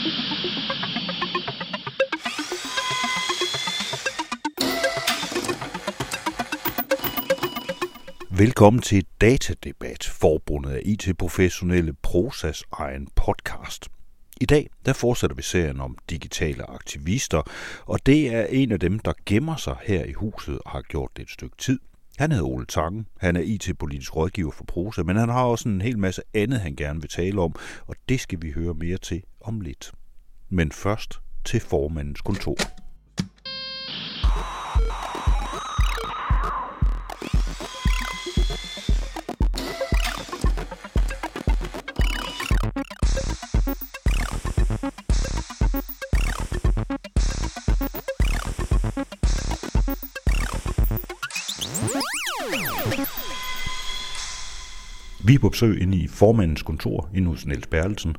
Velkommen til Datadebat, forbundet af IT-professionelle Prosas egen podcast. I dag der fortsætter vi serien om digitale aktivister, og det er en af dem, der gemmer sig her i huset og har gjort det et stykke tid. Han hedder Ole Tange, han er IT-politisk rådgiver for Prosa, men han har også en hel masse andet, han gerne vil tale om, og det skal vi høre mere til om lidt. Men først til formandens kontor. Vi er på besøg inde i formandens kontor, inde hos Niels Bertelsen,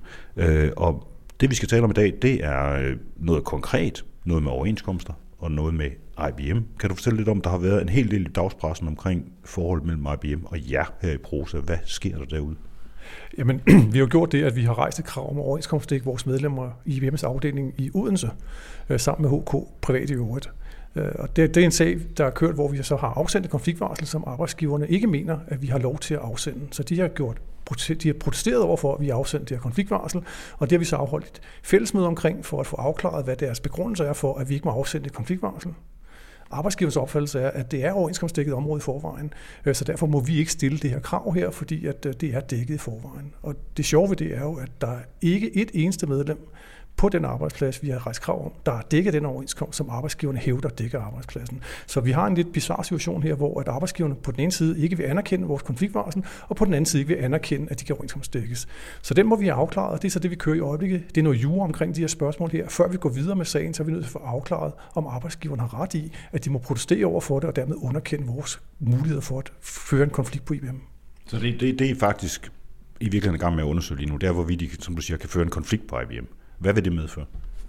og det vi skal tale om i dag, det er noget konkret, noget med overenskomster og noget med IBM. Kan du fortælle lidt om, der har været en hel del i dagspressen omkring forholdet mellem IBM og jer her i Prosa. Hvad sker der derude? Jamen, vi har jo gjort det, at vi har rejst et krav om overenskomstdække vores medlemmer i IBM's afdeling i Odense, sammen med HK Privat i øvrigt. Og det er en sag, der er kørt, hvor vi så har afsendt et konfliktvarsel, som arbejdsgiverne ikke mener, at vi har lov til at afsende. Så de har protesteret over for, at vi har afsendt det her konfliktvarsel, og det har vi så afholdt et fællesmøde omkring, for at få afklaret, hvad deres begrundelse er for, at vi ikke må afsende et konfliktvarsel. Arbejdsgivernes opfattelse er, at det er overenskomstdækket område i forvejen, så derfor må vi ikke stille det her krav her, fordi at det er dækket i forvejen. Og det sjove ved det er jo, at der er ikke et eneste medlem på den arbejdsplads, vi har rejst krav om, der er dækket den overenskomst, som arbejdsgiverne hævder dækker arbejdspladsen. Så vi har en lidt bizarre situation her, hvor at arbejdsgiverne på den ene side ikke vil anerkende vores konfliktvarsel, og på den anden side ikke vil anerkende, at de kan overenskomstdækkes. Så den må vi have afklaret, og det er så det, vi kører i øjeblikket. Det er noget jura omkring de her spørgsmål her. Før vi går videre med sagen, så er vi nødt til at få afklaret, om arbejdsgiverne har ret i, at de må protestere over for det, og dermed underkende vores muligheder for at føre en konflikt på IBM. Så det er faktisk i virkeligheden i gang med at undersøge lige nu, der hvor vi, som du siger, kan føre en konflikt på IBM. Hvad vil det medføre?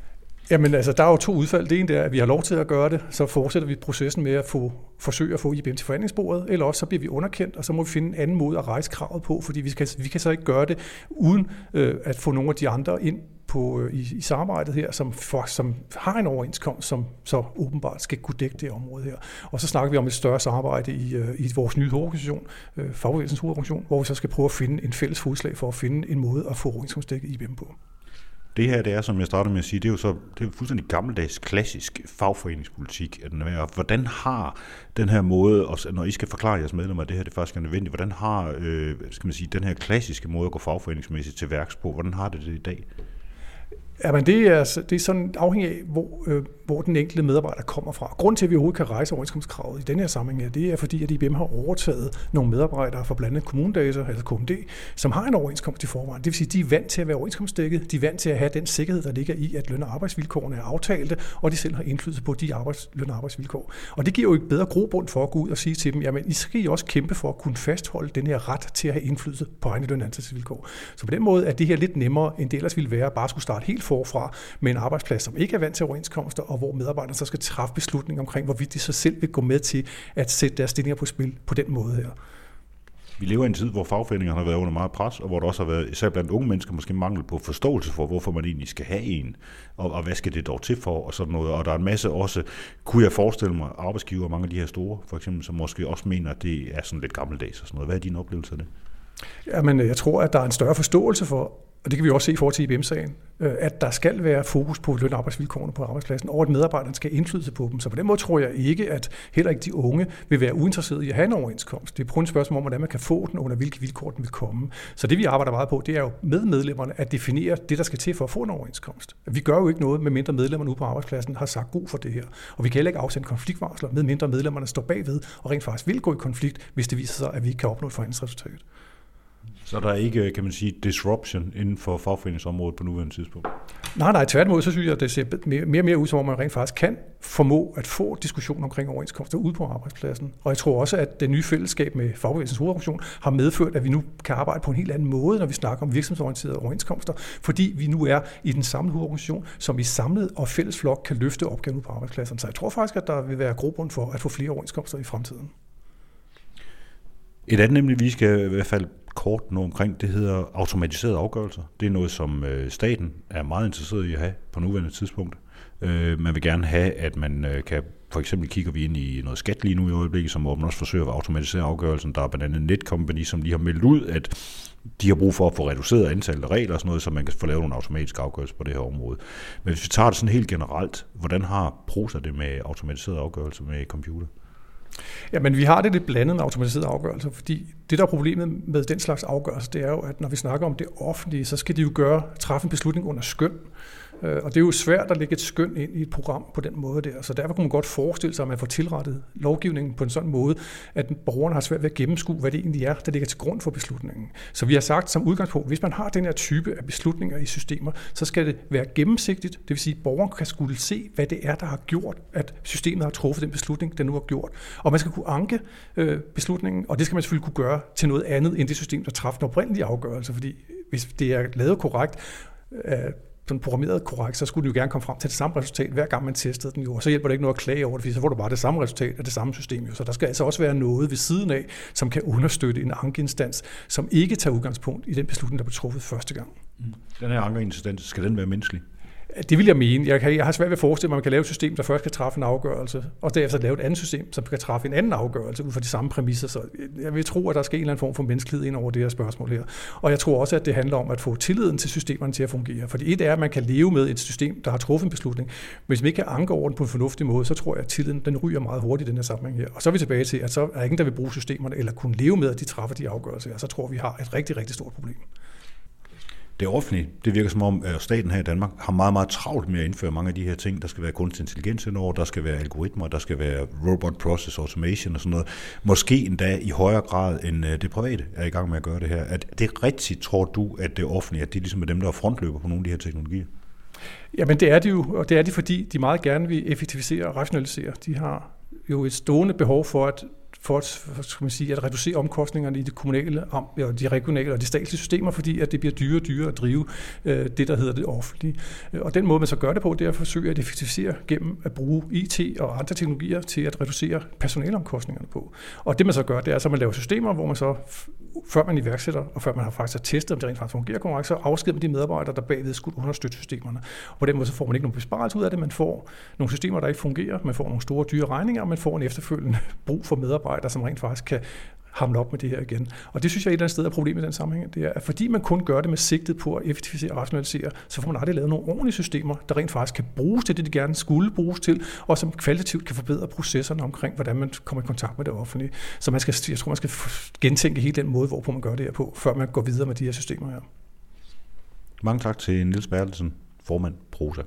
Jamen altså, der er jo to udfald. Det ene er, at vi har lov til at gøre det, så fortsætter vi processen med at forsøge at få IBM til forhandlingsbordet, eller også så bliver vi underkendt, og så må vi finde en anden måde at rejse kravet på, fordi vi kan så ikke gøre det, uden at få nogle af de andre ind i samarbejdet her, som har en overenskomst, som så åbenbart skal kunne dække det område her. Og så snakker vi om et større samarbejde i vores nye hovedorganisation, Fagbevægelsens hovedorganisation, hvor vi så skal prøve at finde en fælles fodslag for at finde en måde at få overenskomstdækket IBM på. Det her, det er, som jeg startede med at sige, det er jo fuldstændig gammeldags, klassisk fagforeningspolitik. Hvordan har den her måde, når I skal forklare jeres medlemmer, at det her det faktisk er nødvendigt, hvordan har den her klassiske måde at gå fagforeningsmæssigt til værks på, hvordan har det i dag? Jamen det er sådan afhængig af, hvor den enkelte medarbejder kommer fra. Grunden til, at vi overhovedet kan rejse overenskomstkravet i den her sammenhæng, det er fordi, at IBM har overtaget nogle medarbejdere fra blandt andet Kommunedata, altså KMD, som har en overenskomst i forvejen. Det vil sige, at de er vant til at være overenskomstdækket, de er vant til at have den sikkerhed, der ligger i, at løn- og arbejdsvilkårene er aftalte, og de selv har indflydelse på de løn- og arbejdsvilkår. Og det giver jo et bedre grobund for at gå ud og sige til dem, jamen I skal også kæmpe for at kunne fastholde den her ret til at have indflydelse på egne løn- og ansættelsesvilkår. Så på den måde er det her lidt nemmere, end det ellers ville være, at bare skulle starte helt forfra med en arbejdsplads, som ikke er vant til overenskomster, og hvor medarbejderne så skal træffe beslutninger omkring, hvorvidt de så selv vil gå med til at sætte deres stillinger på spil på den måde her. Vi lever i en tid, hvor fagforeningerne har været under meget pres, og hvor der også har været, især blandt unge mennesker, måske mangel på forståelse for, hvorfor man egentlig skal have en, og hvad skal det dog til for, og sådan noget. Og der er en masse også, kunne jeg forestille mig, arbejdsgivere, mange af de her store, for eksempel, som måske også mener, at det er sådan lidt gammeldags og sådan noget. Hvad er din oplevelse af det? Jamen, jeg tror, at der er en større forståelse for, og det kan vi også se i forhold til IBM-sagen, at der skal være fokus på løn- og arbejdsvilkårene på arbejdspladsen, og at medarbejderne skal indflydelse på dem. Så på den måde tror jeg ikke, at heller ikke de unge vil være uinteresserede i at have en overenskomst. Det er kun et spørgsmål om, hvordan man kan få den, under hvilke vilkår den vil komme. Så det vi arbejder meget på, det er jo med medlemmerne at definere det, der skal til for at få en overenskomst. Vi gør jo ikke noget, med mindre medlemmerne ude på arbejdspladsen har sagt god for det her. Og vi kan heller ikke afsende konfliktvarsler, med mindre medlemmerne står bagved og rent faktisk vil gå i konflikt, hvis det viser sig, at vi ikke kan opnå et forhandlingsresultat. Så der er ikke, kan man sige, disruption inden for fagforeningsområdet på nuværende tidspunkt? Nej, tværtimod, så synes jeg, at det ser mere og mere ud, som om man rent faktisk kan formå at få diskussion omkring overenskomster ude på arbejdspladsen. Og jeg tror også, at det nye fællesskab med Fagbevægelsens hovedorganisation har medført, at vi nu kan arbejde på en helt anden måde, når vi snakker om virksomhedsorienterede overenskomster, fordi vi nu er i den samme hovedorganisation, som i samlet og fælles flok kan løfte opgaven ud på arbejdspladsen. Så jeg tror faktisk, at der vil være grobund for at få flere overenskomster i fremtiden. Et andet nemlig, vi skal i hvert fald kort noget omkring. Det hedder automatiserede afgørelser. Det er noget, som staten er meget interesseret i at have på nuværende tidspunkt. Man vil gerne have, at man kan, for eksempel kigger vi ind i noget skat lige nu i øjeblikket, som man også forsøger at automatisere afgørelsen. Der er blandt andet Netcompany, som lige har meldt ud, at de har brug for at få reduceret antallet af regler og sådan noget, så man kan få lavet nogle automatiske afgørelser på det her område. Men hvis vi tager det sådan helt generelt, hvordan har Prosa det med automatiseret afgørelse med computer? Jamen, vi har det lidt blandet med automatiseret afgørelser, fordi det, der er problemet med den slags afgørelse, det er jo, at når vi snakker om det offentlige, så skal de jo træffe en beslutning under skøn. Og det er jo svært at lægge et skøn ind i et program på den måde der. Så derfor kunne man godt forestille sig, at man får tilrettet lovgivningen på en sådan måde, at borgerne har svært ved at gennemskue, hvad det egentlig er, der ligger til grund for beslutningen. Så vi har sagt som udgangspunkt, hvis man har den her type af beslutninger i systemer, så skal det være gennemsigtigt. Det vil sige, at borgeren kan skulle se, hvad det er, der har gjort, at systemet har truffet den beslutning, den nu har gjort. Og man skal kunne anke beslutningen, og det skal man selvfølgelig kunne gøre til noget andet end det system, der træffer den oprindelige afgørelse. Fordi hvis det er lavet korrekt, sådan programmeret korrekt, så skulle du jo gerne komme frem til det samme resultat, hver gang man testede den jo. Og så hjælper det ikke noget at klage over det, fordi så får du bare det samme resultat af det samme system. Jo. Så der skal altså også være noget ved siden af, som kan understøtte en ankeinstans, som ikke tager udgangspunkt i den beslutning, der blev truffet første gang. Den her ankeinstans, skal den være menneskelig? Det vil jeg mene. Jeg har svært ved at forestille mig, at man kan lave et system, der først kan træffe en afgørelse, og derefter lave et andet system, som kan træffe en anden afgørelse ud fra de samme præmisser. Så jeg vil tro, at der skal en eller anden form for menneskelighed ind over det her spørgsmål her. Og jeg tror også, at det handler om at få tilliden til systemerne til at fungere. Fordi et er, at man kan leve med et system, der har truffet en beslutning. Men hvis man ikke kan anke over den på en fornuftig måde, så tror jeg, at tilliden den ryger meget hurtigt i den her sammenhæng her. Og så er vi tilbage til, at så er ingen, der vil bruge systemerne eller kunne leve med, at de træffer de afgørelser. Og så tror vi har et rigtig, rigtig stort problem. Det offentlige, det virker som om, at staten her i Danmark har meget, meget travlt med at indføre mange af de her ting. Der skal være kunstig intelligens indover, der skal være algoritmer, der skal være robot process automation og sådan noget. Måske endda i højere grad end det private er i gang med at gøre det her. Er det rigtigt, tror du, at det offentlige, at det ligesom er dem, der er frontløber på nogle af de her teknologier? Jamen det er de jo, og det er de, fordi de meget gerne vil effektivisere og rationalisere. De har jo et stående behov for at reducere omkostningerne i de kommunale, de regionale og de statslige systemer, fordi at det bliver dyrere og dyrere at drive det, der hedder det offentlige. Og den måde, man så gør det på, det er at forsøge at effektivisere gennem at bruge IT og andre teknologier til at reducere personaleomkostningerne på. Og det, man så gør, det er, at man laver systemer, hvor man så, før man iværksætter, og før man har faktisk testet, om det rent faktisk fungerer korrekt, så afskeder man de medarbejdere, der bagved skulle understøtte systemerne. Og på den måde så får man ikke nogen besparelse ud af det, man får nogle systemer, der ikke fungerer, man får nogle store dyre regninger, og man får en efterfølgende brug for medarbejdere, som rent faktisk kan hamle op med det her igen. Og det synes jeg et eller andet sted er problemet i den sammenhæng. Det er, at fordi man kun gør det med sigtet på at effektivisere og rationalisere, så får man aldrig lavet nogle ordentlige systemer, der rent faktisk kan bruges til det, de gerne skulle bruges til, og som kvalitativt kan forbedre processerne omkring, hvordan man kommer i kontakt med det offentlige. Så jeg tror, man skal gentænke hele den måde, hvorpå man gør det her på, før man går videre med de her systemer her. Mange tak til Niels Bertelsen, formand Prosa.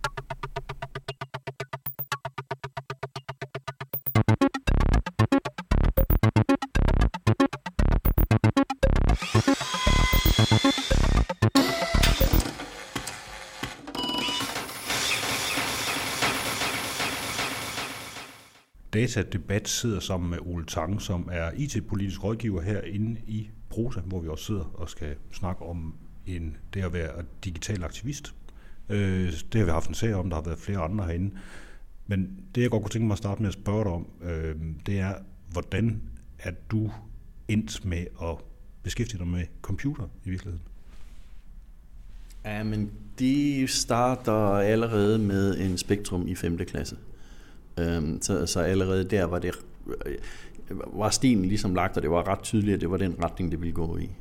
Datadebat sidder sammen med Ole Tange, som er IT-politisk rådgiver herinde i Prosa, hvor vi også sidder og skal snakke om det at være digital aktivist. Det har vi haft en serie om, der har været flere andre herinde. Men det, jeg godt kunne tænke mig at starte med at spørge dig om, det er, hvordan er du endt med at beskæftige dig med computer i virkeligheden? Ja, men de starter allerede med en Spektrum i 5. klasse. Så allerede der var stenen ligesom lagt, og det var ret tydeligt, at det var den retning, det ville gå i.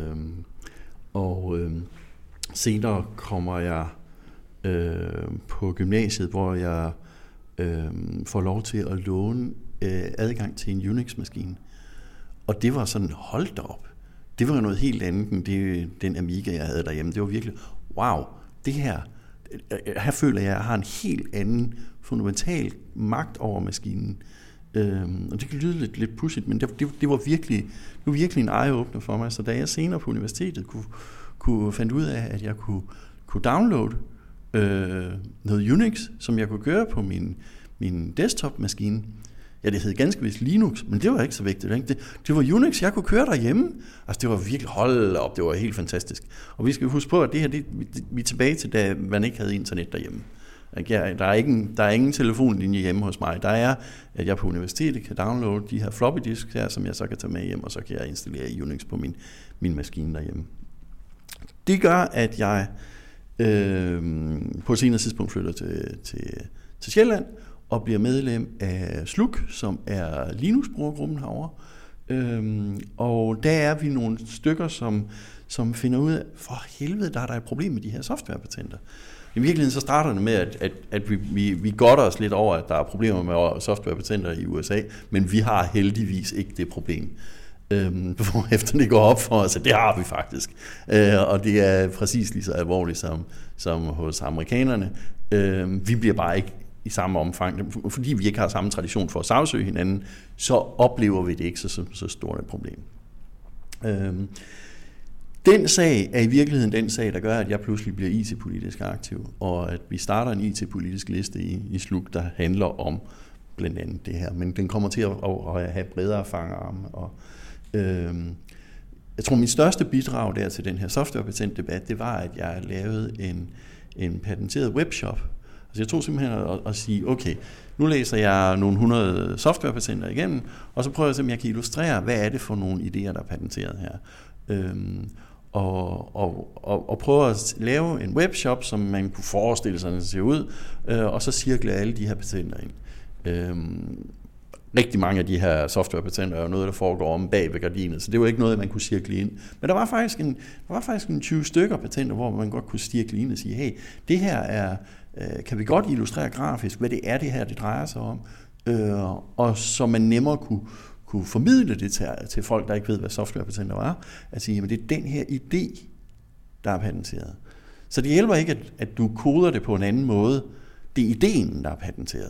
Senere kommer jeg på gymnasiet, hvor jeg får lov til at låne adgang til en Unix-maskine. Og det var sådan, hold da op. Det var noget helt andet end den Amiga, jeg havde derhjemme. Det var virkelig, wow, det her føler jeg har en helt anden fundamental magt over maskinen. Og det kan lyde lidt pudsigt, men det var virkelig en eye-åbner for mig. Så da jeg senere på universitetet kunne fandt ud af, at jeg kunne downloade noget Unix, som jeg kunne gøre på min desktop-maskine. Ja, det hed ganske vist Linux, men det var ikke så vigtigt. Ikke? Det var Unix, jeg kunne køre derhjemme. Altså, det var virkelig, hold op, det var helt fantastisk. Og vi skal huske på, at det her, vi er tilbage til, da man ikke havde internet derhjemme. Der er ingen telefonlinje hjemme hos mig. Der er, at jeg på universitetet kan downloade de her floppy disk her, som jeg så kan tage med hjem, og så kan jeg installere Unix på min maskine derhjemme. Det gør, at jeg på et senere tidspunkt flytter til Sjælland og bliver medlem af SLUK, som er Linux-brugergruppen herovre. Og der er vi nogle stykker, som finder ud af, for helvede, der er et problem med de her softwarepatenter. I virkeligheden så starter det med, at vi godter os lidt over, at der er problemer med softwarepatenter i USA, men vi har heldigvis ikke det problem. Efter det går op for os, at det har vi faktisk. Og det er præcis lige så alvorligt som hos amerikanerne. Vi bliver bare ikke i samme omfang, fordi vi ikke har samme tradition for at sagsøge hinanden, så oplever vi det ikke så stort et problem. Den sag er i virkeligheden den sag, der gør, at jeg pludselig bliver IT-politisk aktiv, og at vi starter en IT-politisk liste i SLUK, der handler om blandt andet det her. Men den kommer til at have bredere fangarme. Og, jeg tror, min største bidrag der til den her softwarepatentdebat, det var, at jeg lavede en patenteret webshop. Altså jeg tog simpelthen at sige, okay, nu læser jeg nogle 100 softwarepatenter igennem, og så prøver jeg simpelthen, at jeg kan illustrere, hvad er det for nogle idéer, der er patenteret her. Og prøve at lave en webshop, som man kunne forestille sig, at det ser ud, og så cirkle alle de her patenter ind. Rigtig mange af de her softwarepatenter er jo noget, der foregår om bag ved gardinet, så det var ikke noget, man kunne cirkle ind. Men der var faktisk en 20 stykker patenter, hvor man godt kunne cirkle ind og sige, hey, det her er, kan vi godt illustrere grafisk, hvad det er, det her det drejer sig om, og så man nemmere kunne formidle det til folk, der ikke ved, hvad softwarepatenter var, at sige, at det er den her idé, der er patenteret. Så det hjælper ikke, at du koder det på en anden måde. Det er idéen, der er patenteret.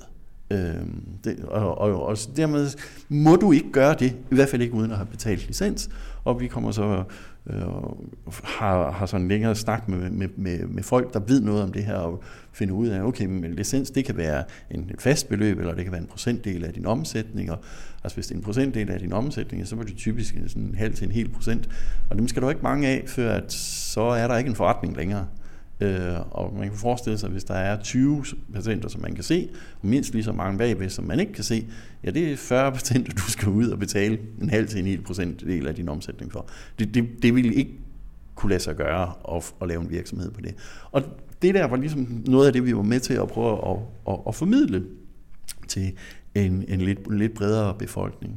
Og dermed må du ikke gøre det, i hvert fald ikke uden at have betalt licens, og vi kommer så har sådan en længere snak med folk, der ved noget om det her, og finder ud af, okay, men licens, det kan være en fast beløb, eller det kan være en procentdel af din omsætning, og altså hvis det er en procentdel af din omsætning, så var det typisk sådan en halv til en hel procent, og dem skal du ikke mange af, før at så er der ikke en forretning længere. Og man kan forestille sig, hvis der er 20 patenter, som man kan se, og mindst lige så mange bagved, som man ikke kan se, ja, det er 40 patenter, du skal ud og betale en halv til en hel procentdel af din omsætning for. Det vil ikke kunne lade sig gøre at lave en virksomhed på det. Og det der var ligesom noget af det, vi var med til at prøve at formidle til en lidt bredere befolkning.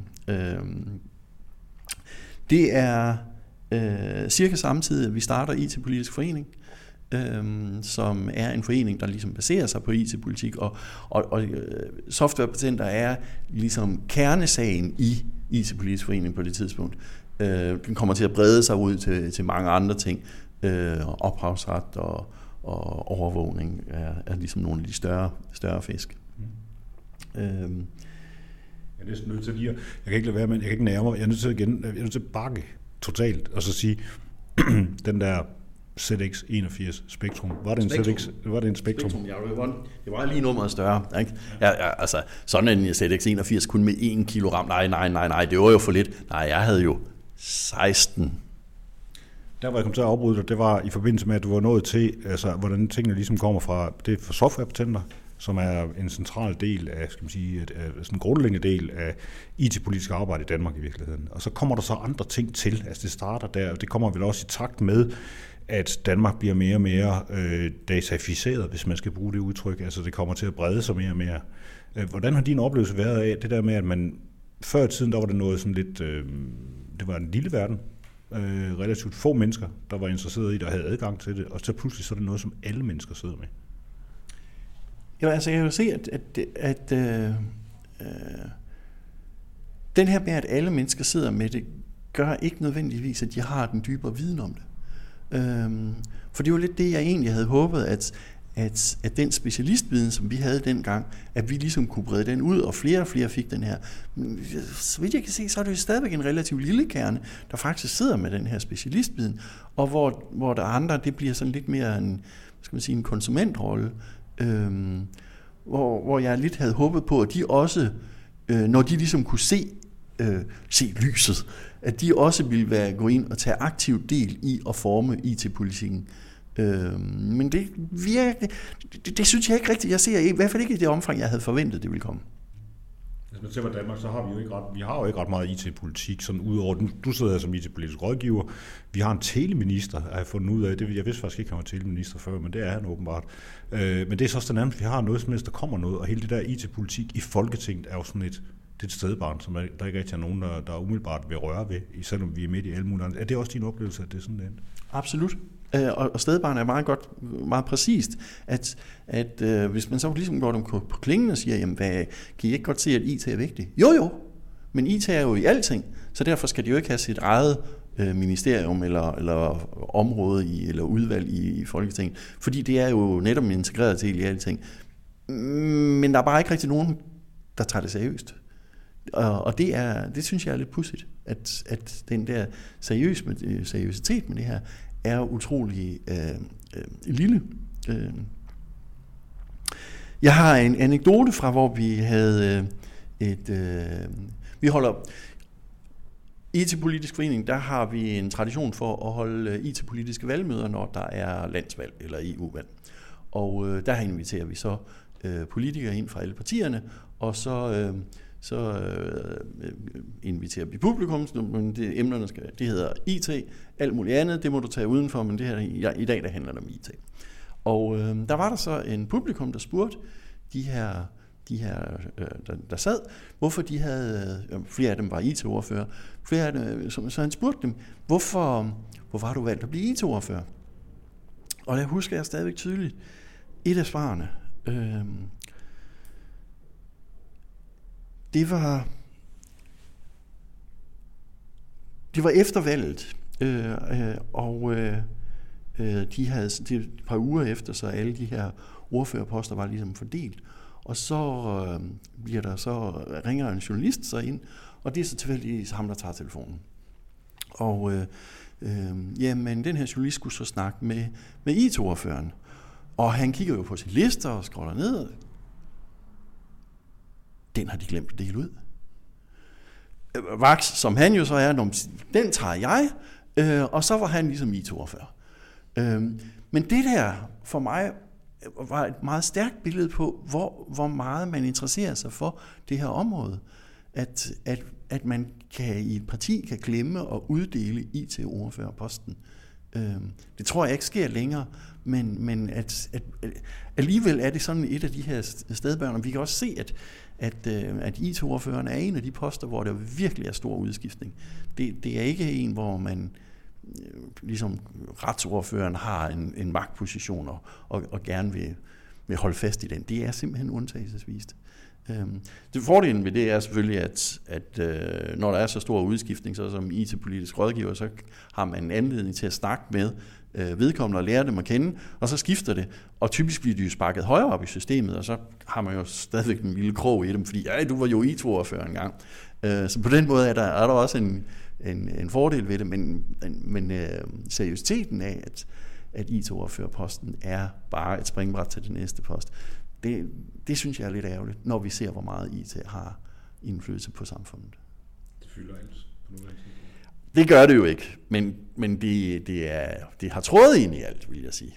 Det er cirka samtidig, at vi starter IT-politisk forening, som er en forening, der ligesom baserer sig på IT-politik, og softwarepatenter er ligesom kernesagen i IT-politisk forening på det tidspunkt. Den kommer til at brede sig ud til mange andre ting. Ophavsret og overvågning er ligesom nogle af de større fisk. Jeg er næsten nødt til lige jeg kan ikke lade være, men jeg kan ikke nærme mig. Jeg er nødt til at bakke totalt og så sige, den der ZX81 Spectrum. Var det en ZX? Var det en Spectrum? Ja, det var lige nummeret større. Ikke? Ja, altså, sådan en ZX81 kun med 1 kilo RAM. Nej, det var jo for lidt. Nej, jeg havde jo 16. Der, hvor jeg kom til at afbryde dig, det var i forbindelse med, at du var nået til, altså, hvordan tingene ligesom kommer fra, det er for softwarepatenter, som er en central del af, skal man sige, sådan en grundlæggende del af IT-politisk arbejde i Danmark i virkeligheden. Og så kommer der så andre ting til, altså det starter der, og det kommer vel også i takt med, at Danmark bliver mere og mere dataficeret, hvis man skal bruge det udtryk, altså det kommer til at brede sig mere og mere. Hvordan har din oplevelse været af det der med, at man før i tiden, der var det noget sådan lidt, det var en lille verden, relativt få mennesker, der var interesseret i det og havde adgang til det, og så pludselig så er det noget, som alle mennesker sidder med. Jo, altså jeg kan jo se, at den her med, at alle mennesker sidder med det, gør ikke nødvendigvis, at de har den dybere viden om det. For det var lidt det, jeg egentlig havde håbet, at den specialistviden, som vi havde dengang, at vi ligesom kunne brede den ud, og flere fik den her. Men så vidt jeg kan se, så er det jo stadigvæk en relativt lille kerne, der faktisk sidder med den her specialistviden, og hvor der andre, det bliver sådan lidt mere en konsumentrolle, hvor jeg lidt havde håbet på, at de også, når de ligesom kunne se lyset, at de også ville gå ind og tage aktiv del i at forme IT-politikken Men det virker, det synes jeg ikke rigtigt. Jeg ser i hvert fald ikke i det omfang, jeg havde forventet, det ville komme. Hvis man ser på Danmark, så har vi jo ikke ret meget IT-politik, sådan udover, du sidder som IT-politisk rådgiver, vi har en teleminister, har jeg fundet ud af, det, jeg vidste faktisk ikke, han var teleminister før, men det er han åbenbart. Men det er så også det nærmest, vi har noget som helst, der kommer noget, og hele det der IT-politik i Folketinget er jo sådan et stedbarn, som der ikke rigtig er nogen, der umiddelbart vil røre ved, selvom vi er midt i alle mulige. Er det også din oplevelse, at det er sådan det? Absolut. Og stedbarn er meget præcist, at hvis man så ligesom går dem på klingen og siger, jamen, kan I ikke godt se, at IT er vigtigt? Jo, men IT er jo i alting, så derfor skal de jo ikke have sit eget ministerium eller område eller udvalg i Folketinget, fordi det er jo netop en integreret del i alting. Men der er bare ikke rigtig nogen, der tager det seriøst. Og det synes jeg er lidt pudsigt, at den der seriøsitet med det her er utrolig lille. Jeg har en anekdote fra, hvor vi havde vi holder IT-politisk forening, der har vi en tradition for at holde IT-politiske valgmøder, når der er landsvalg eller EU-valg. Og der inviterer vi så politikere ind fra alle partierne, og så inviterer vi publikum, men emnerne det hedder IT, alt muligt andet, det må du tage udenfor, men det her, i dag der handler det om IT. Og der var der så en publikum, der spurgte de her der sad, hvorfor de havde, flere af dem var IT-ordfører, så han spurgte dem, hvorfor har du valgt at blive IT-ordfører? Og jeg husker jeg stadigvæk tydeligt, et af svarene, det var efter valget, og de havde et par uger efter, så alle de her ordførerposter var ligesom fordelt, og så ringer en journalist så ind, og det er så tilfældigvis ham, der tager telefonen. Og jamen, den her journalist skulle så snakke med IT-ordføreren, og han kigger jo på sin liste og scroller ned. Den har de glemt at dele ud. Vaks, som han jo så er, den tager jeg, og så var han ligesom IT-ordfører. Men det der for mig var et meget stærkt billede på, hvor meget man interesserer sig for det her område. At man i et parti kan glemme at uddele IT-ordførerposten. Det tror jeg ikke sker længere, men at alligevel er det sådan et af de her stedbørn, og vi kan også se, at IT-ordføreren er en af de poster, hvor der virkelig er stor udskiftning. Det er ikke en, hvor man ligesom retsordføreren har en magtposition og gerne vil holde fast i den. Det er simpelthen undtagelsesvist. Det fordelen ved det er selvfølgelig, at når der er så stor udskiftning, så som IT-politisk rådgiver, så har man en anledning til at snakke med vedkommende og lære dem at kende, og så skifter det, og typisk bliver de jo sparket højere op i systemet, og så har man jo stadigvæk en lille krog i dem, fordi du var jo IT-ordfører engang. Så på den måde er der også en fordel ved det, men seriøsiteten af, at IT-ordførerposten er bare et springbræt til det næste post, det synes jeg er lidt ærgerligt, når vi ser, hvor meget IT har indflydelse på samfundet. Det fylder alt på nuværende tidspunkt. Det gør det jo ikke, men det har trådet ind i alt, vil jeg sige.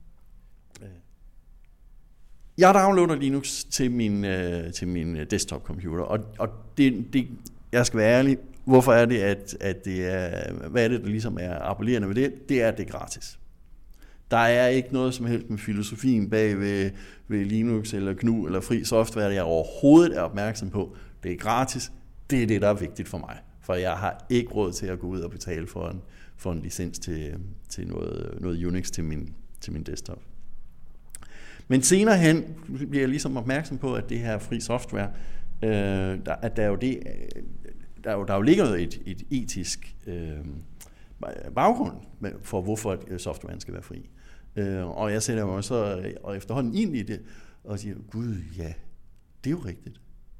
Jeg downloader Linux til min desktop-computer, og det, jeg skal være ærlig, hvorfor er det, at det er, hvad er det, der ligesom er appellerende ved det? Det er, at det er gratis. Der er ikke noget som helst med filosofien bag ved Linux eller GNU eller fri software, det jeg overhovedet er opmærksom på. Det er gratis. Det er det, der er vigtigt for mig. For jeg har ikke råd til at gå ud og betale for en licens til noget Unix til min desktop. Men senere hen bliver jeg ligesom opmærksom på, at det her fri software, at der jo ligger et etisk baggrund for, hvorfor softwaren skal være fri. Og jeg sætter mig så og efterhånden ind i det, og siger, gud ja, det er jo rigtigt.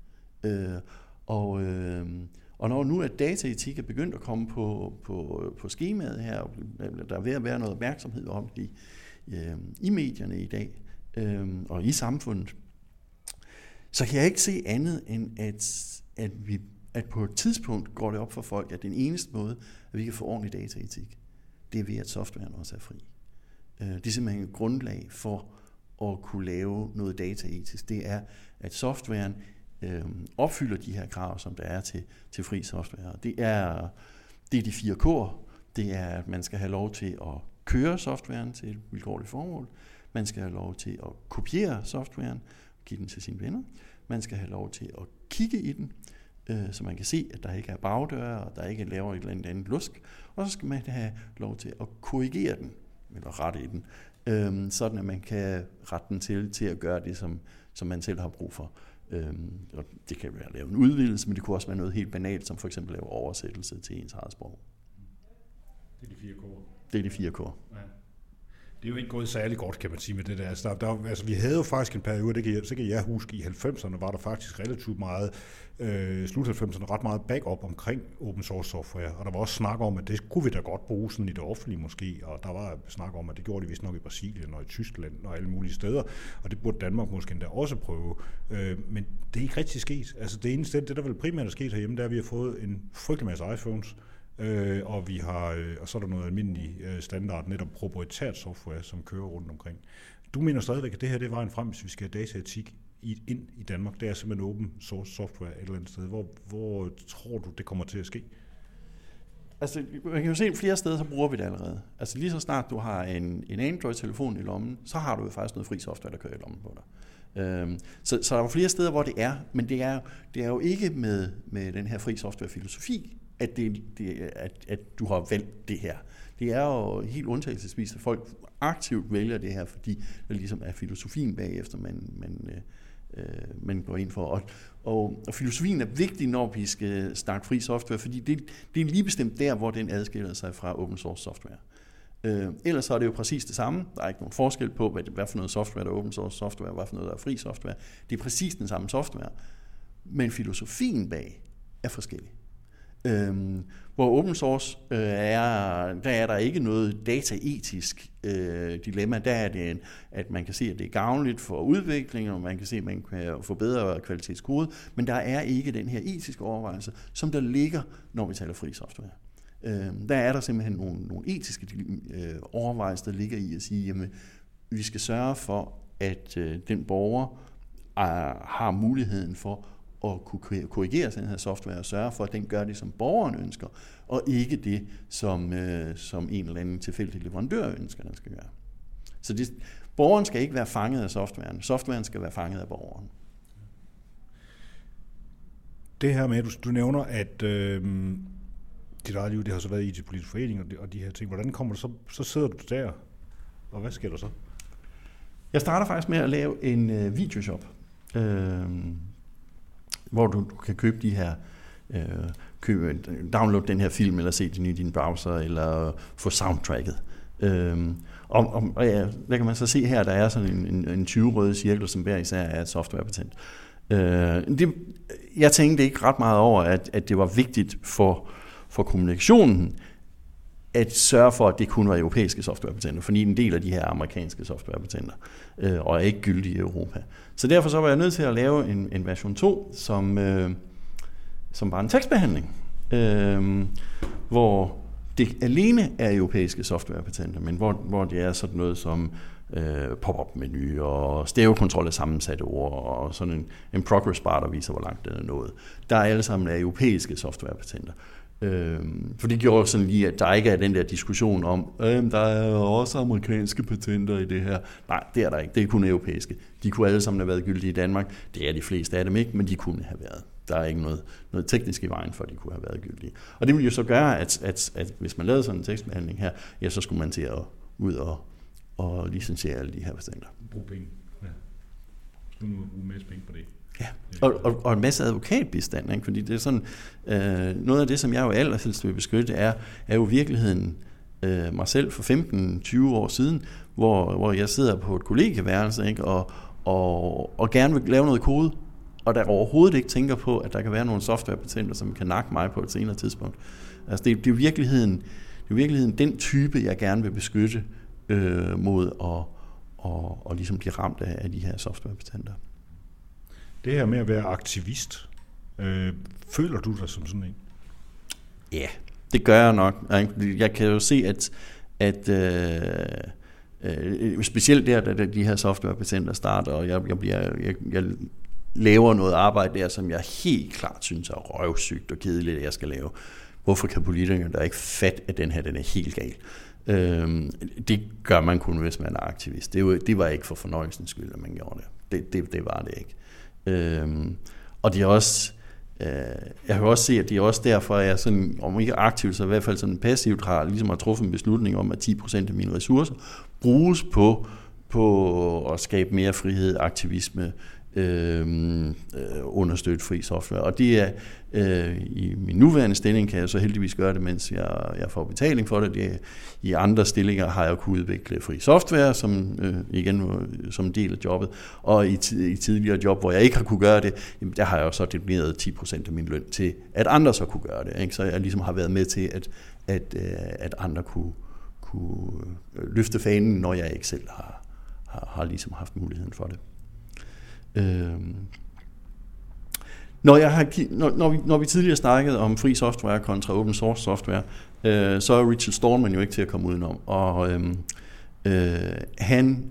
Og når nu at dataetik er begyndt at komme på skemaet her, der er ved at være noget opmærksomhed om det i medierne i dag, og i samfundet, så kan jeg ikke se andet end, at på et tidspunkt går det op for folk, at den eneste måde, at vi kan få ordentlig dataetik, det er ved, at softwaren også er fri. det er simpelthen et grundlag for at kunne lave noget dataetisk. Det er, at softwaren opfylder de her krav, som der er til fri software. Det er de 4 K'er. Det er, at man skal have lov til at køre softwaren til et vilkårligt formål. Man skal have lov til at kopiere softwaren, give den til sine venner. Man skal have lov til at kigge i den, så man kan se, at der ikke er bagdøre, og der ikke laver et eller andet lusk. Og så skal man have lov til at korrigere den, eller rette i den, sådan at man kan rette den til at gøre det, som man selv har brug for. Og det kan være at lave en udvidelse, men det kunne også være noget helt banalt, som for eksempel lave oversættelse til ens eget sprog. Det er de 4 K'er. Det er de 4 K'er. Ja. Det er jo ikke gået særlig godt, kan man sige, med det der. Altså, vi havde jo faktisk en periode, så kan jeg huske, i 90'erne var der faktisk relativt meget, slut 90'erne, ret meget backup omkring open source software, og der var også snak om, at det kunne vi da godt bruge sådan i det offentlige måske, og der var snak om, at det gjorde de vist nok i Brasilien og i Tyskland og alle mulige steder, og det burde Danmark måske endda også prøve, men det er ikke rigtig sket. Altså det eneste, det der vel primært er sket herhjemme, det er, at vi har fået en frygtelig masse iPhones, og vi har, og så er der noget almindelig standard, netop proprietært software, som kører rundt omkring. Du mener stadigvæk, at det her det er vejen frem, hvis vi skal have dataetik ind i Danmark. Det er simpelthen open source software et eller andet sted. Hvor tror du, det kommer til at ske? Altså, man kan jo se, at flere steder, så bruger vi det allerede. Altså lige så snart du har en Android-telefon i lommen, så har du jo faktisk noget fri software, der kører i lommen på dig. Så der er flere steder, hvor det er, men det er jo ikke med den her fri software-filosofi, at du har valgt det her. Det er jo helt undtagelsesvis, at folk aktivt vælger det her, fordi der ligesom er filosofien bagefter, man går ind for. Og filosofien er vigtig, når vi skal snakke fri software, fordi det er lige bestemt der, hvor den adskiller sig fra open source software. Ellers så er det jo præcis det samme. Der er ikke nogen forskel på, hvad for noget software, der er open source software, hvad for noget, der er fri software. Det er præcis den samme software. Men filosofien bag er forskellig. Hvor open source der er der ikke noget dataetisk dilemma. Der er det, at man kan se, at det er gavnligt for udvikling, og man kan se, at man kan få bedre kvalitetskode, men der er ikke den her etiske overvejelse, som der ligger, når vi taler fri software. Der er der simpelthen nogle etiske overvejelser, der ligger i at sige, jamen, vi skal sørge for, at den borger har muligheden for at kunne korrigere den her software og sørge for, at den gør det, som borgeren ønsker, og ikke det, som en eller anden tilfældig leverandør ønsker, den skal gøre. Så borgeren skal ikke være fanget af softwaren. Softwaren skal være fanget af borgeren. Det her med, at du nævner, at dit eget liv, det har så været i IT-politisk forening og de her ting. Hvordan kommer du så sidder du der, og hvad sker der så? Jeg starter faktisk med at lave en videoshop, hvor du kan købe de her, downloade den her film, eller se den i din browser, eller få soundtracket. Og ja, der kan man så se her, der er sådan en 20 røde cirkler, som hver især er et softwarepatent. Jeg tænkte ikke ret meget over, at det var vigtigt for kommunikationen, at sørge for, at det kun var europæiske softwarepatenter, fordi en del af de her amerikanske softwarepatenter og er ikke gyldige i Europa. Så derfor så var jeg nødt til at lave en version 2, som var en tekstbehandling, hvor det alene er europæiske softwarepatenter, men hvor det er sådan noget som pop-up-menu og stereokontrol af sammensatte ord og sådan en progress bar, der viser, hvor langt den er nået. Der er alle sammen europæiske softwarepatenter. For det gjorde sådan lige, at der ikke er den der diskussion om, der er også amerikanske patenter i det her. Nej, det er der ikke. Det er kun europæiske. De kunne alle sammen have været gyldige i Danmark. Det er de fleste af dem ikke, men de kunne have været. Der er ikke noget teknisk i vejen for, at de kunne have været gyldige. Og det ville jo så gøre, at hvis man lavede sådan en tekstbehandling her, ja, så skulle man til at ud og licensere alle de her patenter. Brug penge. Ja. Du må bruge mest penge på det. Ja, og en masse advokatbistand, ikke? Fordi det er sådan, noget af det, som jeg jo allerhelst vil beskytte, er jo virkeligheden mig selv for 15-20 år siden, hvor jeg sidder på et kollegieværelse, ikke? Og gerne vil lave noget kode, og der overhovedet ikke tænker på, at der kan være nogle softwarepatenter, som kan nakke mig på et senere tidspunkt. Altså det er virkeligheden den type, jeg gerne vil beskytte mod at ligesom blive ramt af de her softwarepatenter. Det her med at være aktivist, føler du dig som sådan en? Ja, det gør jeg nok. Jeg kan jo se, at specielt der, da de her softwarepatenter starter, og jeg laver noget arbejde der, som jeg helt klart synes er røvsygt og kedeligt, at jeg skal lave. Hvorfor kan politikerne der ikke fatte, at den er helt gal? Det gør man kun, hvis man er aktivist. Det var ikke for fornøjelsens skyld, at man gjorde det. Det var det ikke. Og det er også, jeg kan også se, at det er også derfor, at jeg sådan, om ikke aktivt, så i hvert fald sådan passivt har truffet en beslutning om, at 10% af mine ressourcer bruges på at skabe mere frihed, aktivisme, understøtte fri software. Og det er i min nuværende stilling kan jeg så heldigvis gøre det, mens jeg får betaling for det. I andre stillinger har jeg kunnet udvikle fri software, som igen som del af jobbet. Og i tidligere job, hvor jeg ikke har kunne gøre det, jamen, der har jeg jo så defineret 10% af min løn til, at andre så kunne gøre det. Ikke? Så jeg ligesom har været med til, at andre kunne løfte fanen, når jeg ikke selv har ligesom haft muligheden for det. Når vi tidligere snakkede om fri software kontra open source software, så er Richard Stallman jo ikke til at komme udenom. Og han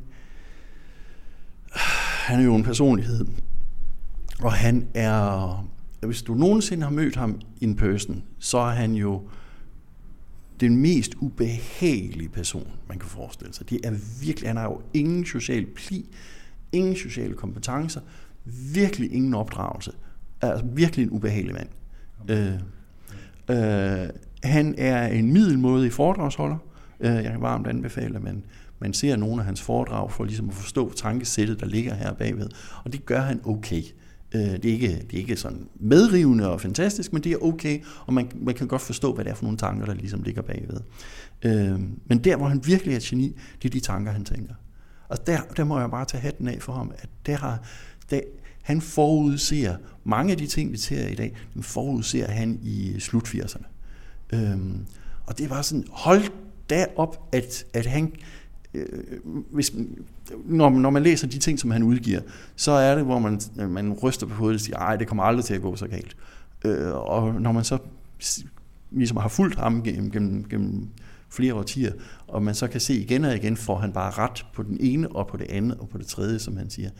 er jo en personlighed, og han er, hvis du nogensinde har mødt ham in person, så er han jo den mest ubehagelige person, man kan forestille sig. Det er virkelig, han har jo ingen social pli, ingen sociale kompetencer, virkelig ingen opdragelse. Altså virkelig en ubehagelig mand. Han er en middelmådig foredragsholder. Jeg kan varmt anbefale, at man ser nogle af hans foredrag for ligesom at forstå tankesættet, der ligger her bagved. Og det gør han okay. Det er ikke sådan medrivende og fantastisk, men det er okay, og man kan godt forstå, hvad det er for nogle tanker, der ligesom ligger bagved. Men der, hvor han virkelig er et geni, det er de tanker, han tænker. Og der må jeg bare tage hatten af for ham, at han forudser mange af de ting, vi ser i dag, dem forudser han i slut 80'erne. Og det var sådan, hold da op, at han, når man læser de ting, som han udgiver, så er det, hvor man ryster på hovedet og siger, ej, det kommer aldrig til at gå så galt. Og når man så ligesom har fulgt ham gennem flere årtier, og man så kan se igen og igen, får han bare ret på den ene, og på det andet, og på det tredje, som han siger.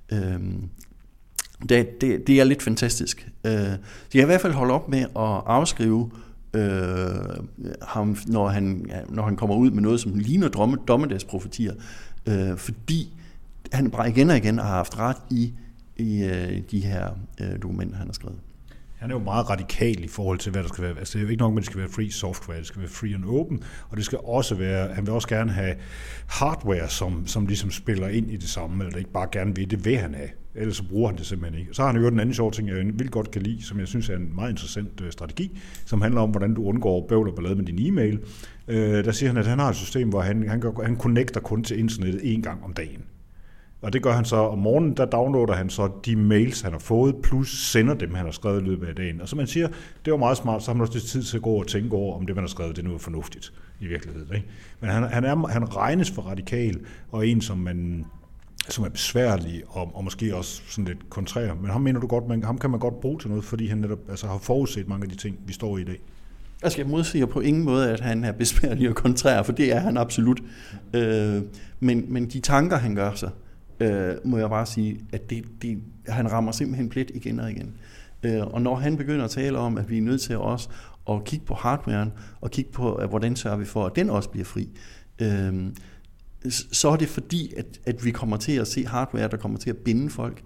Det er lidt fantastisk. Så jeg i hvert fald holde op med at afskrive ham, når han kommer ud med noget, som ligner dommedagsprofetier, fordi han bare igen og igen har haft ret i de her dokumenter, han har skrevet. Han er jo meget radikal i forhold til, hvad der skal være. Altså, det er jo ikke nok, men det skal være free software, det skal være free and open, og det skal også være, han vil også gerne have hardware, som ligesom spiller ind i det samme, eller ikke bare gerne vil han have. Ellers så bruger han det simpelthen ikke. Så har han jo den anden sjove ting, jeg vildt godt kan lide, som jeg synes er en meget interessant strategi, som handler om, hvordan du undgår bøvl og ballade med din e-mail. Der siger han, at han har et system, hvor han connecter kun til internettet en gang om dagen. Og det gør han så om morgenen, der downloader han så de mails, han har fået, plus sender dem, han har skrevet i løbet af dagen. Og så man siger, det var meget smart, så har man også lidt tid til at gå og tænke over, om det, man har skrevet, det nu er fornuftigt i virkeligheden. Ikke? Men han regnes for radikal, og en, som er besværlig, og måske også sådan lidt kontrær. Men ham mener du godt, ham kan man godt bruge til noget, fordi han netop har forudset mange af de ting, vi står i dag. Jeg skal modsiger på ingen måde, at han er besværlig og kontrær, for det er han absolut. Men de tanker, han gør sig, må jeg bare sige, at han rammer simpelthen plet igen og igen. Og når han begynder at tale om, at vi er nødt til også at kigge på hardwaren, og kigge på, hvordan sørger vi for, at den også bliver fri, så er det fordi, at vi kommer til at se hardware, der kommer til at binde folk.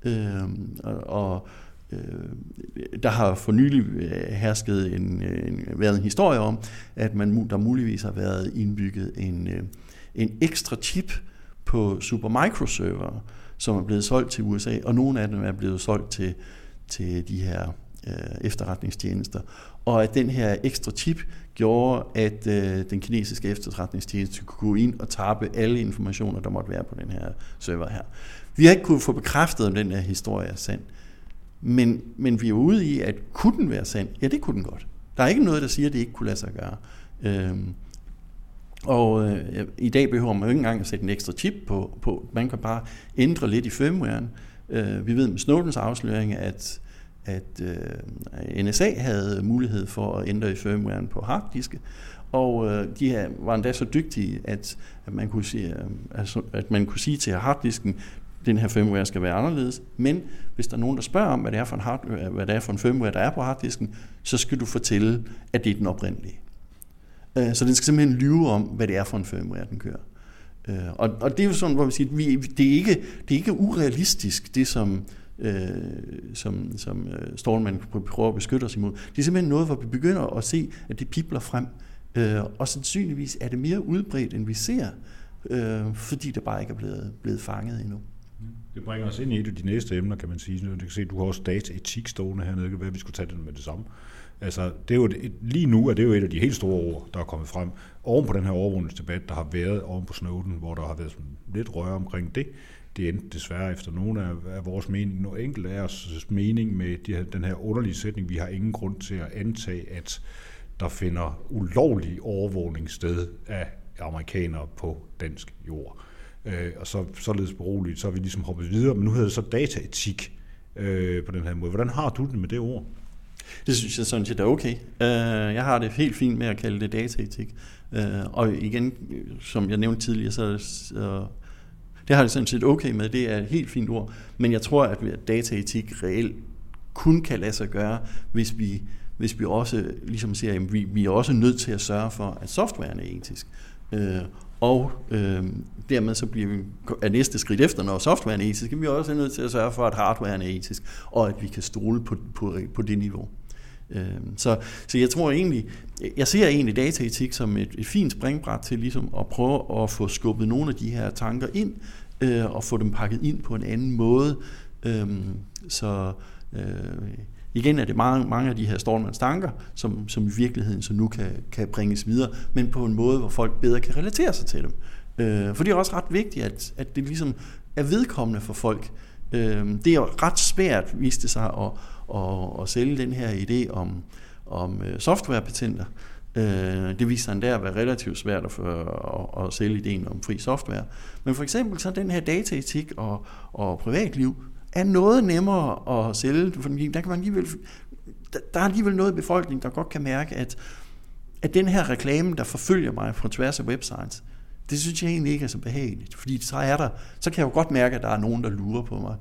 Der har for nylig været en historie om, at der muligvis har været indbygget en ekstra chip på Supermicro-servere, som er blevet solgt til USA, og nogle af dem er blevet solgt til de her efterretningstjenester. Og at den her ekstra chip gjorde, at den kinesiske efterretningstjeneste kunne gå ind og tappe alle informationer, der måtte være på den her server her. Vi har ikke kunnet få bekræftet, om den her historie er sand. Men vi er ude i, at kunne den være sand? Ja, det kunne den godt. Der er ikke noget, der siger, at det ikke kunne lade sig gøre. I dag behøver man jo ikke engang at sætte en ekstra chip på. Man kan bare ændre lidt i firmwaren. Vi ved med Snowdens afsløring, at NSA havde mulighed for at ændre i firmwaren på harddiske, og de var endda så dygtige, at man kunne sige til harddisken, den her firmware skal være anderledes, men hvis der er nogen, der spørger om, hvad det er for en firmware, der er på harddisken, så skal du fortælle, at det er den oprindelige. Så den skal simpelthen lyve om, hvad det er for en firmware, den kører. Og det er jo sådan, hvor vi siger, det er ikke urealistisk, det som Stallman prøver at beskytte os imod. Det er simpelthen noget, hvor vi begynder at se, at det pibler frem. Og sandsynligvis er det mere udbredt, end vi ser, fordi det bare ikke er blevet fanget endnu. Det bringer os ind i et af de næste emner, kan man sige. Du kan se, du har også dataetik stående hernede, hvad vi skulle tage den med det samme. Altså, det er jo lige nu er det jo et af de helt store ord, der er kommet frem. Oven på den her overvågningsdebat, der har været oven på Snowden, hvor der har været sådan lidt røre omkring det. Det endte desværre efter nogle af vores mening, nogle enkelte af os mening med den her underlige sætning. Vi har ingen grund til at antage, at der finder ulovlig overvågning sted af amerikanere på dansk jord. Og således beroliget, så har vi ligesom hoppet videre, men nu hedder det så dataetik på den her måde. Hvordan har du det med det ord? Det synes jeg sådan set er okay. Jeg har det helt fint med at kalde det dataetik. Og igen, som jeg nævnte tidligere, så det har det sådan set okay med. Det er et helt fint ord. Men jeg tror, at dataetik reelt kun kan lade sig gøre, hvis vi også ligesom siger, at vi er også nødt til at sørge for, at softwaren er etisk. Og dermed så er næste skridt efter, når softwaren er etisk, vi er også nødt til at sørge for, at hardwaren er etisk, og at vi kan stole på det niveau. Så jeg tror egentlig, jeg ser egentlig dataetik som et fint springbræt til ligesom at prøve at få skubbet nogle af de her tanker ind, og få dem pakket ind på en anden måde. Så igen er det mange af de her Stallmans tanker, som i virkeligheden så nu kan bringes videre, men på en måde, hvor folk bedre kan relatere sig til dem. For det er også ret vigtigt, at det ligesom er vedkommende for folk. Det er jo ret svært, viste det sig, at sælge den her idé om softwarepatenter. Det viser sig endda at være relativt svært at sælge ideen om fri software. Men for eksempel så den her dataetik og privatliv er noget nemmere at sælge, fordi der er alligevel noget i befolkningen, der godt kan mærke, at den her reklame, der forfølger mig på tværs af websites, det synes jeg egentlig ikke er så behageligt, fordi så kan jeg jo godt mærke, at der er nogen, der lurer på mig.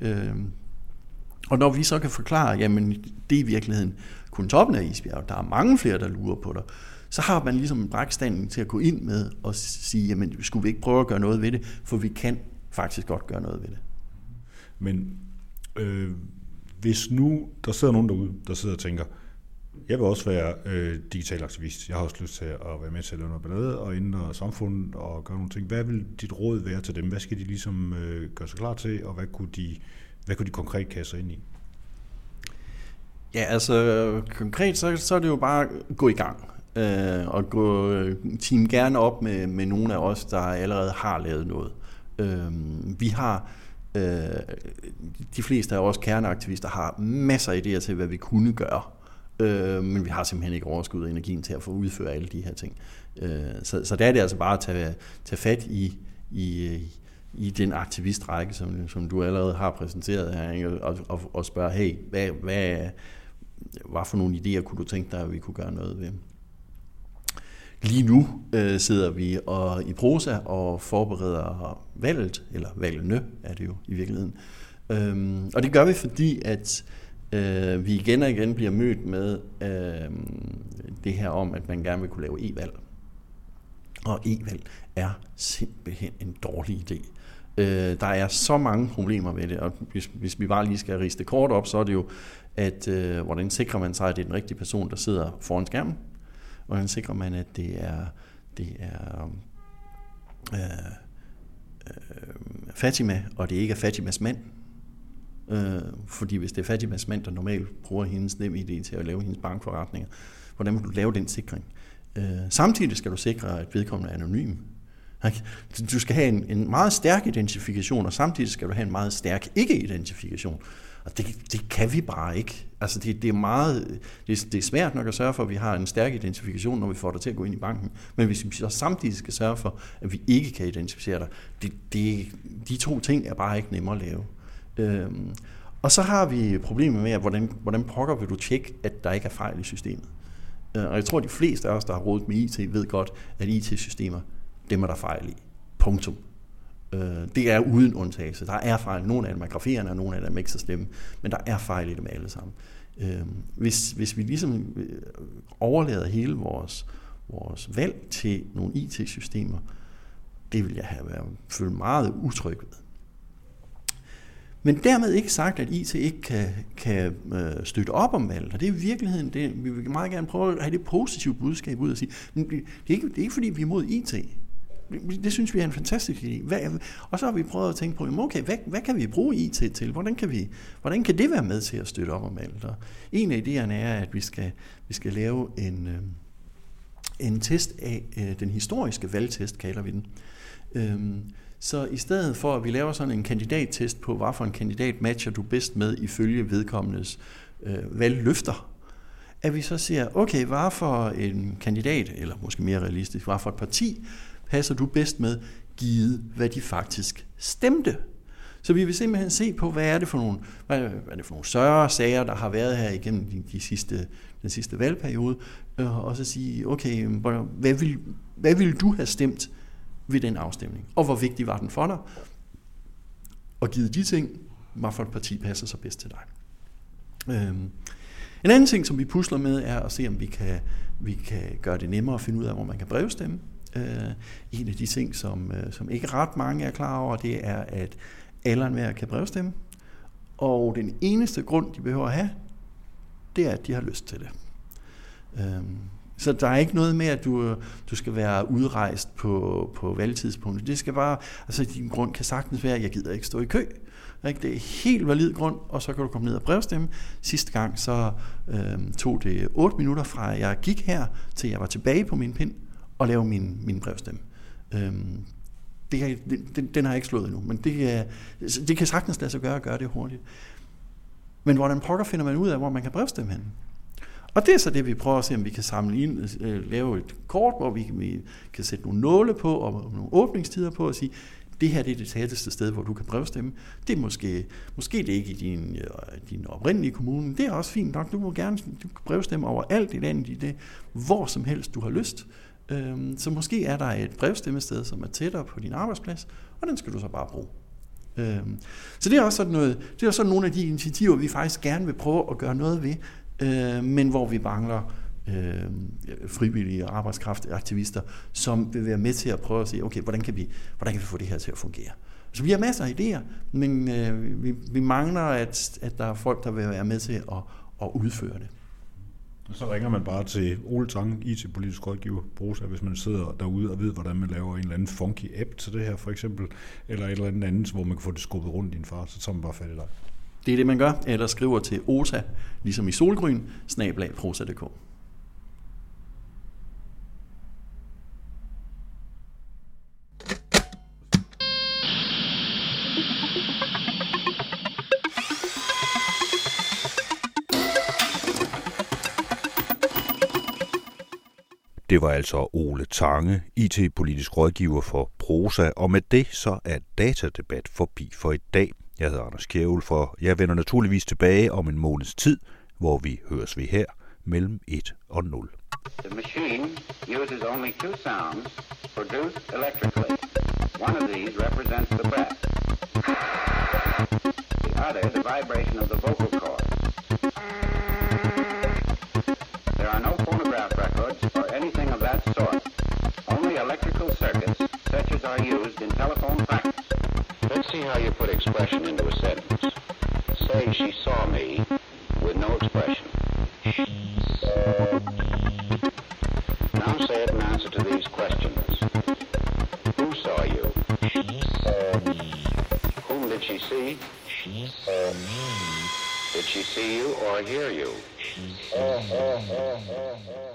Og når vi så kan forklare, jamen det er i virkeligheden kun toppen af isbjerget, der er mange flere, der lurer på dig, så har man ligesom en brækstanding til at gå ind med og sige, jamen skulle vi ikke prøve at gøre noget ved det, for vi kan faktisk godt gøre noget ved det. Men hvis nu der sidder nogen derude, der sidder og tænker, jeg vil også være digital aktivist, jeg har også lyst til at være med til at lave noget ballade og ændre samfundet og gøre nogle ting. Hvad vil dit råd være til dem? Hvad skal de ligesom gøre sig klar til, og hvad kunne de konkret kaste sig ind i? Ja, altså konkret så er det jo bare at gå i gang og team gerne op med nogle af os, der allerede har lavet noget. Vi har de fleste af os kerneaktivister har masser af idéer til, hvad vi kunne gøre, men vi har simpelthen ikke overskud af energien til at få udføre alle de her ting. Så der er det altså bare at tage fat i den aktivistrække, som du allerede har præsenteret her, og spørge, hey, hvad for nogle idéer kunne du tænke dig, at vi kunne gøre noget ved? Lige nu sidder vi i Prosa og forbereder valget, eller valgene er det jo i virkeligheden. Og det gør vi, fordi at vi igen og igen bliver mødt med det her om, at man gerne vil kunne lave e-valg. Og e-valg er simpelthen en dårlig idé. Der er så mange problemer ved det, og hvis vi bare lige skal riste kort op, så er det jo, at hvordan sikrer man sig, at det er den rigtige person, der sidder foran skærmen? Hvordan sikrer man, at det er Fatima, og det ikke er Fatimas mand? Fordi hvis det er Fatimas mand, der normalt bruger hendes NemID til at lave hendes bankforretninger, hvordan vil du lave den sikring? Samtidig skal du sikre, at vedkommende er anonym. Du skal have en meget stærk identifikation, og samtidig skal du have en meget stærk ikke-identifikation. Og det kan vi bare ikke. Altså det er svært nok at sørge for, at vi har en stærk identifikation, når vi får dig til at gå ind i banken. Men hvis vi så samtidig skal sørge for, at vi ikke kan identificere dig, de to ting er bare ikke nemmere at lave. Og så har vi problemet med, at hvordan pokker vil du tjekke, at der ikke er fejl i systemet. Og jeg tror, de fleste af os, der har rodet med IT, ved godt, at IT-systemer, dem er der fejl i. Punktum. Det er uden undtagelse. Der er fejl. Nogle af dem er graferende, og nogle af dem er ikke så slemme. Men der er fejl i dem alle sammen. Hvis vi ligesom overlader hele vores valg til nogle IT-systemer, det vil jeg følt meget utryg ved. Men dermed ikke sagt, at IT ikke kan støtte op om valget. Og det er i virkeligheden det. Vi vil meget gerne prøve at have det positive budskab ud og sige, men det er ikke fordi, vi er imod IT. Det synes vi er en fantastisk idé. Og så har vi prøvet at tænke på, okay, hvad kan vi bruge IT til? Hvordan kan det være med til at støtte op om valget? Og en af idéerne er, at vi skal lave en test af den historiske valgtest, kalder vi den. Så i stedet for, at vi laver sådan en kandidattest på, hvad for en kandidat matcher du bedst med ifølge vedkommendes valgløfter, at vi så siger, okay, hvad for en kandidat, eller måske mere realistisk, hvad for et parti passer du bedst med, givet hvad de faktisk stemte. Så vi vil simpelthen se på, hvad er det for nogle større sager, der har været her igennem den sidste valgperiode, og så sige, okay, hvad ville du have stemt ved den afstemning? Og hvor vigtig var den for dig? Og givet de ting, hvad for et parti passer så bedst til dig? En anden ting, som vi pusler med, er at se, om vi kan gøre det nemmere at finde ud af, hvor man kan brevstemme. En af de ting, som ikke ret mange er klar over, det er, at alle og enhver kan brevstemme. Og den eneste grund, de behøver at have, det er, at de har lyst til det. Så der er ikke noget med, at du skal være udrejst på valgtidspunktet. Det skal bare, altså din grund kan sagtens være, at jeg gider ikke stå i kø. Det er helt valid grund, og så kan du komme ned og brevstemme. Sidste gang så tog det 8 minutter fra, jeg gik her, til jeg var tilbage på min pind og lave min brevstemme. Den har jeg ikke slået endnu, men det kan sagtens lade sig gøre det hurtigt. Men hvordan pokker finder man ud af, hvor man kan brevstemme henne? Og det er så det, vi prøver at se, om vi kan samle ind, lave et kort, hvor vi kan sætte nogle nåle på, og nogle åbningstider på, og sige, det her det er det tætteste sted, hvor du kan brevstemme. Det er måske det ikke i din oprindelige kommune. Det er også fint nok. Du kan brevstemme over alt i landet, i det, hvor som helst du har lyst. Så måske er der et brevstemmested, som er tættere på din arbejdsplads, og den skal du så bare bruge. Så det er også sådan noget. Det er sådan nogle af de initiativer, vi faktisk gerne vil prøve at gøre noget ved, men hvor vi mangler frivillige arbejdskraftaktivister, som vil være med til at prøve at se, okay, hvordan kan vi få det her til at fungere. Så vi har masser af idéer, men vi mangler, at der er folk, der vil være med til at udføre det. Så ringer man bare til Ole Tang, IT-politisk rådgiver, Prosa, hvis man sidder derude og ved, hvordan man laver en eller anden funky app til det her, for eksempel, eller et eller andet, hvor man kan få det skubbet rundt i en far, så tager man bare fat i dig. Det er det, man gør, eller skriver til OTA, ligesom i Solgryn, @prosa.dk. Det var altså Ole Tange, IT-politisk rådgiver for Prosa, og med det så er Datadebat forbi for i dag. Jeg hedder Anders Kjærulf, for jeg vender naturligvis tilbage om en måneds tid, hvor vi høres ved her mellem 1 og 0. The machine uses only two sounds produced electrically. One of these represents the breath. The other, the vibration of the vocal cords. There are no phonograph records or anything of that sort. Only electrical circuits, such as are used in telephone practice. Let's see how you put expression into a sentence. Say, she saw me, with no expression. Now say it in answer to these questions. Who saw you? Whom did she see? Did she see you or hear you?